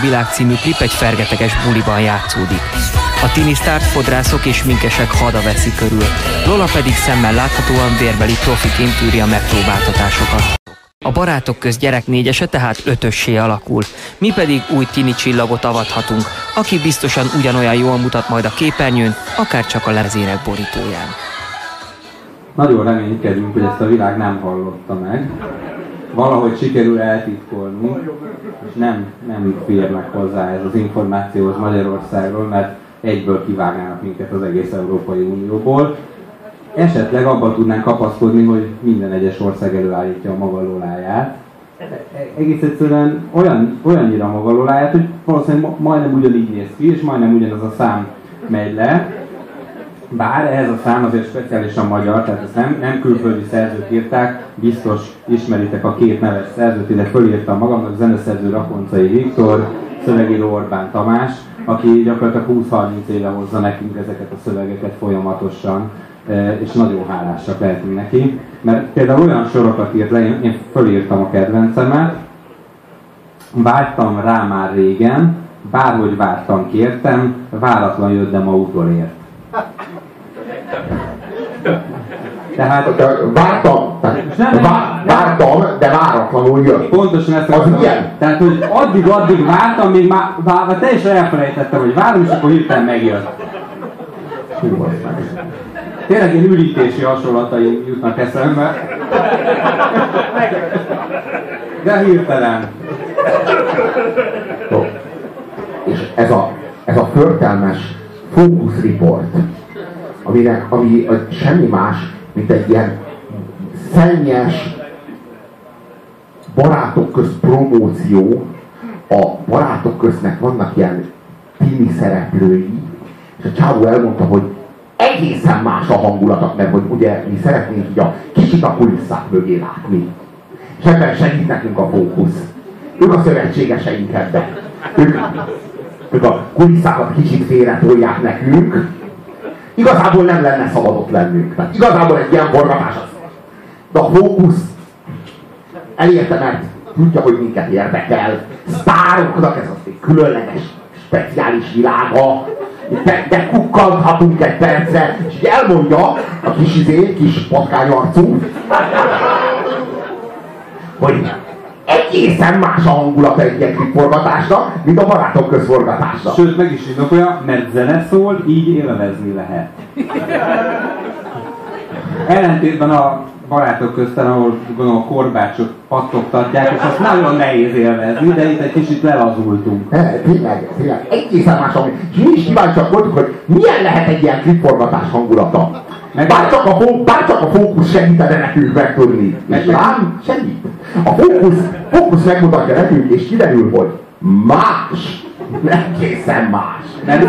világ című klip egy fergeteges buliban játszódik. A tinisztárt fodrászok és sminkesek hada veszi körül, Lola pedig szemmel láthatóan vérbeli profiként tűri a megpróbáltatásokat. A barátok közt gyerek négyese tehát ötössé alakul, mi pedig új tini csillagot avathatunk, aki biztosan ugyanolyan jól mutat majd a képernyőn, akár csak a lemezének borítóján. Nagyon reménykedünk, hogy ezt a világ nem hallotta meg. Valahogy sikerül eltitkolni, és nem férnek hozzá ez az információhoz Magyarországról, mert egyből kivágnának minket az egész Európai Unióból. Esetleg abban tudnánk kapaszkodni, hogy minden egyes ország előállítja a maga Loláját. Egész egyszerűen olyannyira a maga Loláját, hogy valószínűleg majdnem ugyanígy néz ki, és majdnem ugyanaz a szám megy le. Bár ehhez a szám azért speciálisan magyar, tehát ezt nem külföldi szerzők írták, biztos ismeritek a két neves szerzőt, ide fölírtam magamnak, zeneszerző Rakoncai Viktor, szövegíró Orbán Tamás, aki gyakorlatilag 20-30 éve hozza nekünk ezeket a szövegeket folyamatosan, és nagyon hálásak lehetünk neki, mert például olyan sorokat írt le, én fölírtam a kedvencemet, vágytam rá már régen, bárhogy vártam, kértem, váratlan jöttem a utolért. Tehát vártam, de váratlanul jött. Pontosan ezt az ilyen. Tehát, hogy addig vártam, még már teljesen elfelejtettem, hogy várom, és akkor hirtelen megjött. Tényleg ilyen ürítési hasonlatai jutnak eszembe. De hirtelen. És ez a förtelmes fókuszriport, ami semmi más, mint egy ilyen szennyes barátok közt promóció. A barátok köznek vannak ilyen tini szereplői, és a csávó elmondta, hogy egészen más a hangulatok, mert hogy ugye mi szeretnénk így kicsit a kulisszák mögé látni. És ebben segít nekünk a fókusz. Ők a szövetségeseink ebben. Ők a kulisszákat kicsit félretolják nekünk. Igazából nem lenne szabad ott lennünk. Tehát igazából egy ilyen forgatás az. De a fókusz elérte, mert tudja, hogy minket érdekel. Sztároknak ez az egy különleges, speciális világa. Bekukkanthatunk egy percre, és így elmondja a kis patkányarcú, hogy egészen más a hangulata egy ilyen klipforgatásnak, mint a barátok közforgatásnak. Sőt, meg is indokolja, mert zene szól, így élvezni lehet. Ellentétben a barátok közten, ahol gondolom a korbácsot pattogtatják, és azt nagyon nehéz élvezni, de itt egy kicsit lelazultunk. Tényleg, egészen más, és mi is kíváncsiak voltunk, hogy milyen lehet egy ilyen klipforgatás hangulata. Bár csak a fókusz segítene nekünk megtudni. És rám segít. A fókusz megmutatja nekünk, és kiderül, hogy más. Egészen más. Mert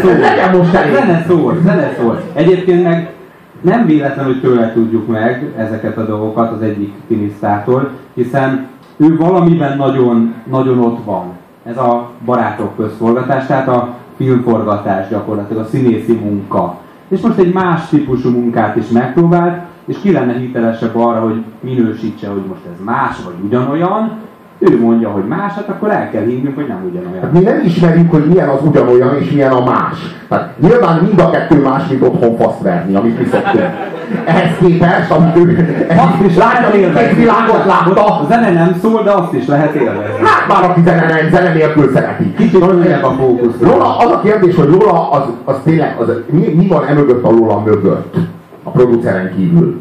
zene szól. Egyébként meg nem véletlenül tőle tudjuk meg ezeket a dolgokat az egyik tinisztától, hiszen ő valamiben nagyon, nagyon ott van. Ez a barátok közforgatás, tehát a filmforgatás gyakorlatilag, a színészi munka. És most egy más típusú munkát is megpróbált, és ki lenne hitelesebb arra, hogy minősítse, hogy most ez más vagy ugyanolyan. Ő mondja, hogy más, hát akkor el kell hinnünk, hogy nem ugyanolyan. Hát mi nem ismerjük, hogy milyen az ugyanolyan és milyen a más. Tehát nyilván mind a kettő más, mint otthon faszt verni, amit mi szoktunk. Ehhez képest, amit ő látja, két világot látta. A zene nem szól, de azt is lehet élvezni. Hát már aki zene nélkül szereti. Kicsit olyan a fókusz. Lola, az a kérdés, hogy Lola az tényleg, mi van emögött a Lola mögött? A produceren kívül.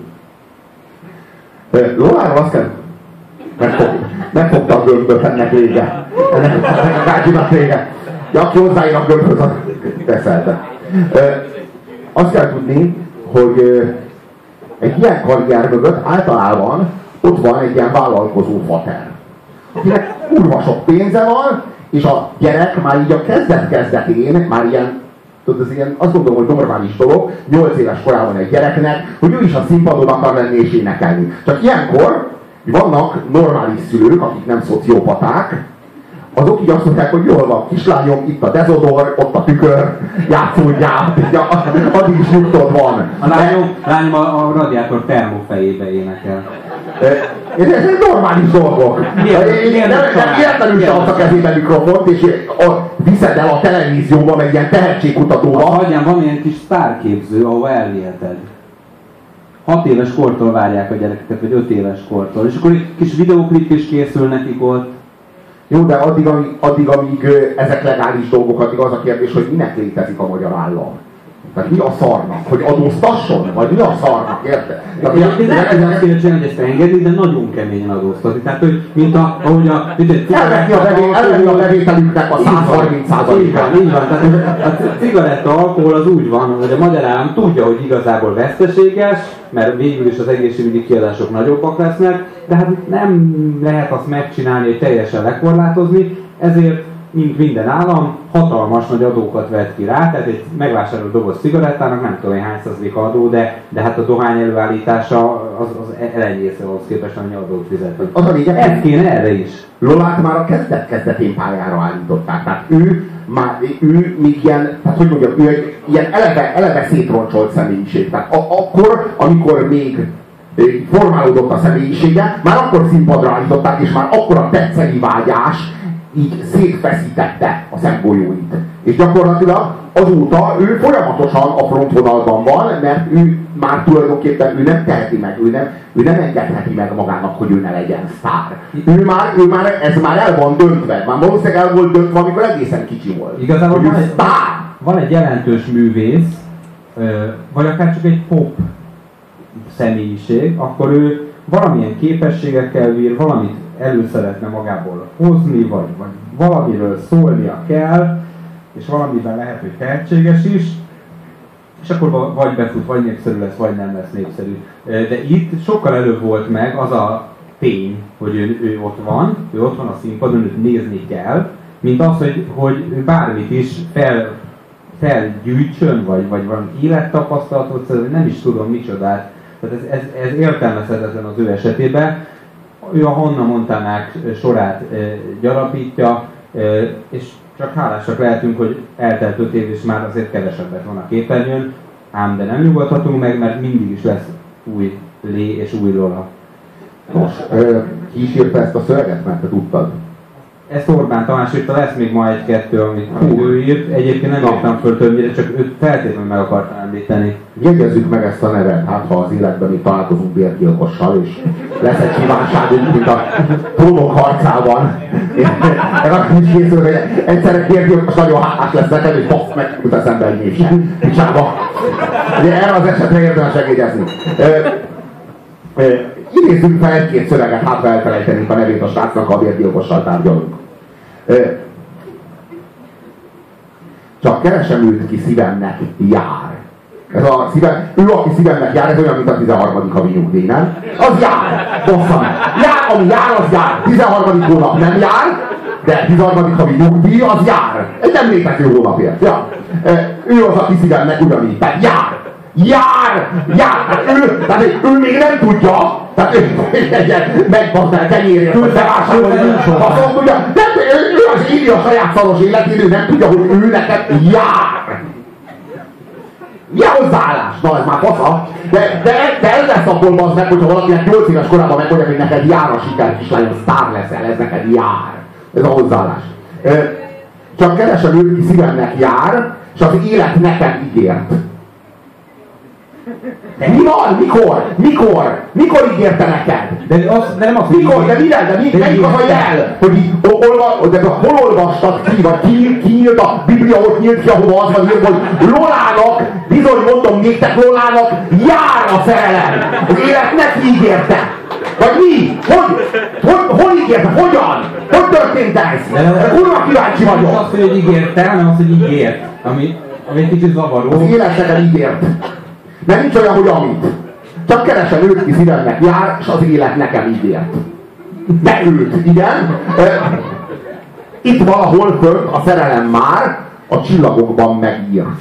Loláról azt kell... Megfogta a gömböt ennek vége. Ennek a gágyinak vége. Ja, aki hozzáír a gömböt, az teszelte. Azt kell tudni, hogy egy ilyen karrier mögött általában ott van egy ilyen vállalkozó fater, akinek kurva sok pénze van, és a gyerek már így a kezdet-kezdetén már ilyen, tudod, ez ilyen, azt gondolom, hogy normális dolog, 8 éves korában egy gyereknek, hogy ő is a színpadon akar menni és énekelni. Csak ilyenkor vannak normális szülők, akik nem szociopaták, azok így azt mondják, hogy jól van, kislányom, itt a dezodor, ott a tükör, játszódjál, addig is nyugtod van. A lányom a radiátor termofejébe énekel. Ez normális dolgok. Nem értelmű se adsz a kezébe mikrofont, és viszed el a televízióba, meg ilyen tehetségkutatóba. Hagyján, van ilyen kis sztárképző, ahova elviheted. 6 éves kortól várják a gyerekeket, vagy 5 éves kortól. És akkor egy kis videóklip is készül nekik ott. Jó, de addig, amíg ezek legális dolgok, addig az a kérdés, hogy minek létezik a magyar állam. Tehát mi a szarnak? Hogy adóztasson? Vagy mi a szarnak, érted? Ez azt kéne csinálni, hogy ezt engedni, de nagyon keményen adóztatni. Tehát, hogy mint ahogy a... Elvenni a bevételüknek a 130%-át. Így van. Tehát a cigaretta alkohol az úgy van, hogy a magyar állam tudja, hogy igazából veszteséges, mert végül is az egészségügyi kiadások nagyobbak lesznek, de hát nem lehet azt megcsinálni, hogy teljesen lekorlátozni, ezért mint minden állam, hatalmas nagy adókat vett ki rá, tehát egy megvásárolt doboz cigarettának nem tudom, hány százalék adó, de hát a dohány előállítása az elenyésző ahhoz képest, annyi adót fizetünk. Az a lényeg, ez kéne erre is. Lolát már a kezdetén pályára állították, tehát ő még ilyen, tehát hogy mondjam, ő egy ilyen eleve szétroncsolt személyiség. Tehát akkor, amikor még formálódott a személyisége, már akkor színpadra állították, és már akkor a tetszeni vágyás így szétfeszítette a szemgolyóit. És gyakorlatilag azóta ő folyamatosan a frontvonalban van, mert ő már tulajdonképpen nem teheti meg, ő nem engedheti meg magának, hogy ő ne legyen sztár. Ez már el van döntve. Már valószínűleg el volt döntve, amikor egészen kicsi volt. Igazából van egy jelentős művész, vagy akár csak egy pop személyiség, akkor ő valamilyen képességekkel bír, valamit elő szeretne magából hozni, vagy valamiről szólnia kell, és valamiben lehet, hogy tehetséges is, és akkor vagy befut, vagy népszerű lesz, vagy nem lesz népszerű. De itt sokkal előbb volt meg az a tény, hogy ő ott van a színpadon, őt nézni kell, mint az, hogy bármit is felgyűjtsön, vagy valami élettapasztalatot, nem is tudom micsodát. Tehát ez értelmezhetetlen az ő esetében. Ő a Hannah Montanák sorát gyarapítja, és csak hálásak lehetünk, hogy eltelt 5 év, és már azért kevesebbet van a képernyőn, ám de nem nyugodhatunk meg, mert mindig is lesz új Lé és új Lola. Nos, ki is írta ezt a szöveget, mert te tudtad? Ezt Orbán Tamás írta, lesz még ma egy-kettő, amit ő írt. Egyébként nem írtam föl többnyire, csak őt feltétlenül meg akartam említeni. Jegyezzük meg ezt a nevet, hát ha az életben mi találkozunk bérgyilkossal, és lesz egy kívánságunk, mint a trónok harcában. Én akkor is készül, hogy egyszerre bérgyilkos nagyon hálás lesz neked, és basz meg, jut eszembe egy név sem. Picsába. Erre az esetre érdemes segíteni. Idézzünk fel egy-két szöveget, hát ha elfelejtenénk a nevét a srácnak, ha bérgyilkossal tárgyalunk. Csak keresem őt, ki szívemnek jár. Ez a szívem, ő, aki szívemnek jár, ez olyan, mint a 13. havi nyugdíj, nem? Az jár! Bosszam! Jár, ami jár, az jár! 13. hónap nem jár, de 13. havi nyugdíj, az jár! Egy nem létező hónapért. Ja. Ő az, aki szívemnek ugyanígy. Tehát jár! Jár! Ő még nem tudja, tehát ő megbazdál kenyérért, hogy bevásárolni azt tudja, ő az írja a saját szaros életét, ő nem tudja, hogy ő neked jár! Milyen hozzáállás? Na, ez már fasza. De ez lesz abból az meg, hogyha valakinek 8 éves korában megmondja, hogy neked jár a siker, kislányom, sztár leszel, ez neked jár. Ez a hozzáállás. Csak keresem őt, ki szívemnek jár, és az élet nekem ígért. Mi van? Mikor ígérte neked? De nem azt mikor? De mire? Melyik az a jel? Hogy hol olvastad ki? Vagy kinyílt a Biblia, ott nyílt ki, ahova az van írva, hogy Lolának, bizony mondom néktek, Lolának jár a szerelem. Az életnek ígérte. Vagy mi? Hol ígérte? Hogyan? Hogy történt ez? Kurva kíváncsi vagyok. Nem azt, hogy ígérte, hanem azt, hogy ígért. Ami egy kicsit zavaró. Az életnek ígért. De nincs olyan, hogy amit. Csak keresem őt, ki szívemnek jár, és az élet nekem ígért. De őt, igen. Itt valahol fönt a szerelem már a csillagokban megírt.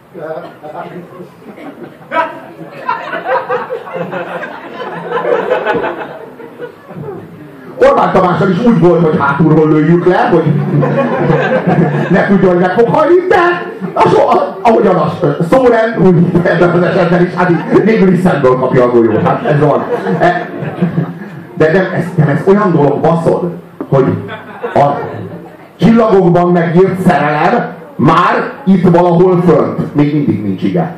Orbán Tamással is úgy volt, hogy hátulról lőjük le, hogy ne tudja, hogy meg fog hajni, de ahogyan a Szóren, úgy ebben az esetben is, hát végül is szemből kapja a golyót. Hát ez van. De ez olyan dolog, baszod, hogy a csillagokban megírt szerelem már itt valahol fönt. Még mindig nincs ige.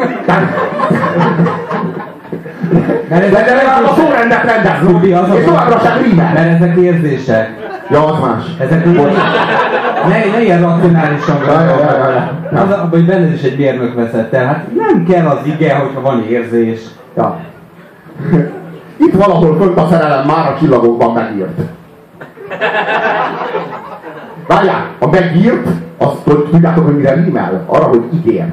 De legalább a szórendet rendezzük, és továbbra sem rímel. Mert ezek érzések. Ja, az más. Ezek ne ilyen racionálisan az, hogy benned is egy mérnök veszett el. Hát nem kell az ige, hogyha van érzés. Ja. Itt valahol fönt a szerelem már a csillagokban megírt. Várjál, a megírt, azt tudjátok, hogy mire rímel? Arra, hogy ígért.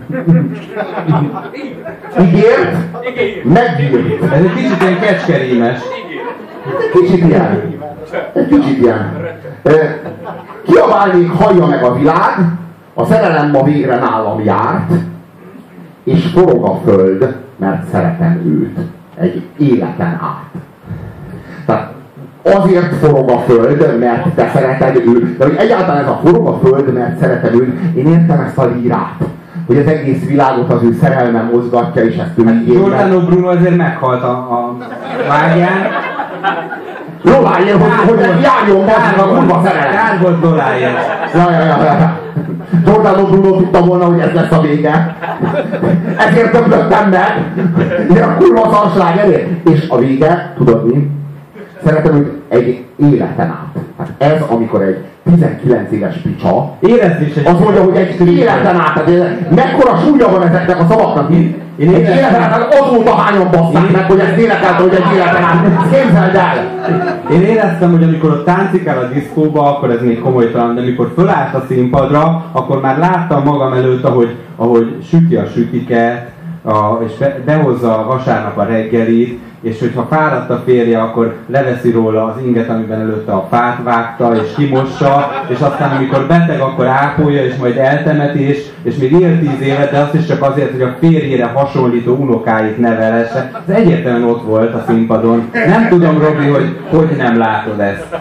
Ígért, megírt. Ez egy kicsit ilyen kecskerímes. Kicsit ilyen. Egy kicsit ilyen. Kiabálnék, hallja meg a világ, a szerelem ma végre nálam járt, és forog a föld, mert szeretem őt. Egy életen át. Tehát azért forog a föld, mert te szereted őt. De hogy egyáltalán ez a forog a föld, mert szeretem őt, én értem ezt a lírát. Hogy az egész világot az ő szerelme mozgatja, és ezt ő így Giordano Bruno azért meghalt a vágyán. Loláért, hogy járjon be a kurva szerelem. Kár volt Loláért. Ja. Giordano Bruno tudta volna, hogy ez lesz a vége. Ezért többöttem meg. Ilyen kurva szarságerért. És a vége, tudod mi? Szeretem őt egy életen át. Hát ez, amikor egy 19 éves picsa, azt mondja, hogy egy életen át, tehát mekkora súlya van ezeknek a szavaknak itt. Egy életen át, azóta hányan basszák meg, hogy ezt énekelte, hogy egy életen át. Képzeld el! Én éreztem, hogy amikor ott táncikál a diszkóba, akkor ez még komolytalan, de amikor fölállt a színpadra, akkor már láttam magam előtt, ahogy süti a sütiket, és behozza a vasárnap a reggelit, és hogyha fáradt a férje, akkor leveszi róla az inget, amiben előtte a fát vágta, és kimossa, és aztán amikor beteg, akkor ápolja, és majd eltemetés, és még él 10 évet, de azt is csak azért, hogy a férjére hasonlító unokáit nevelesse. Ez egyértelműen ott volt a színpadon. Nem tudom, Robi, hogy nem látod ezt.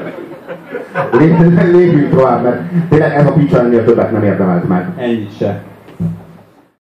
Lépjünk tovább, mert tényleg ez a picsa ennél többet nem érdemelt meg. Ennyit se.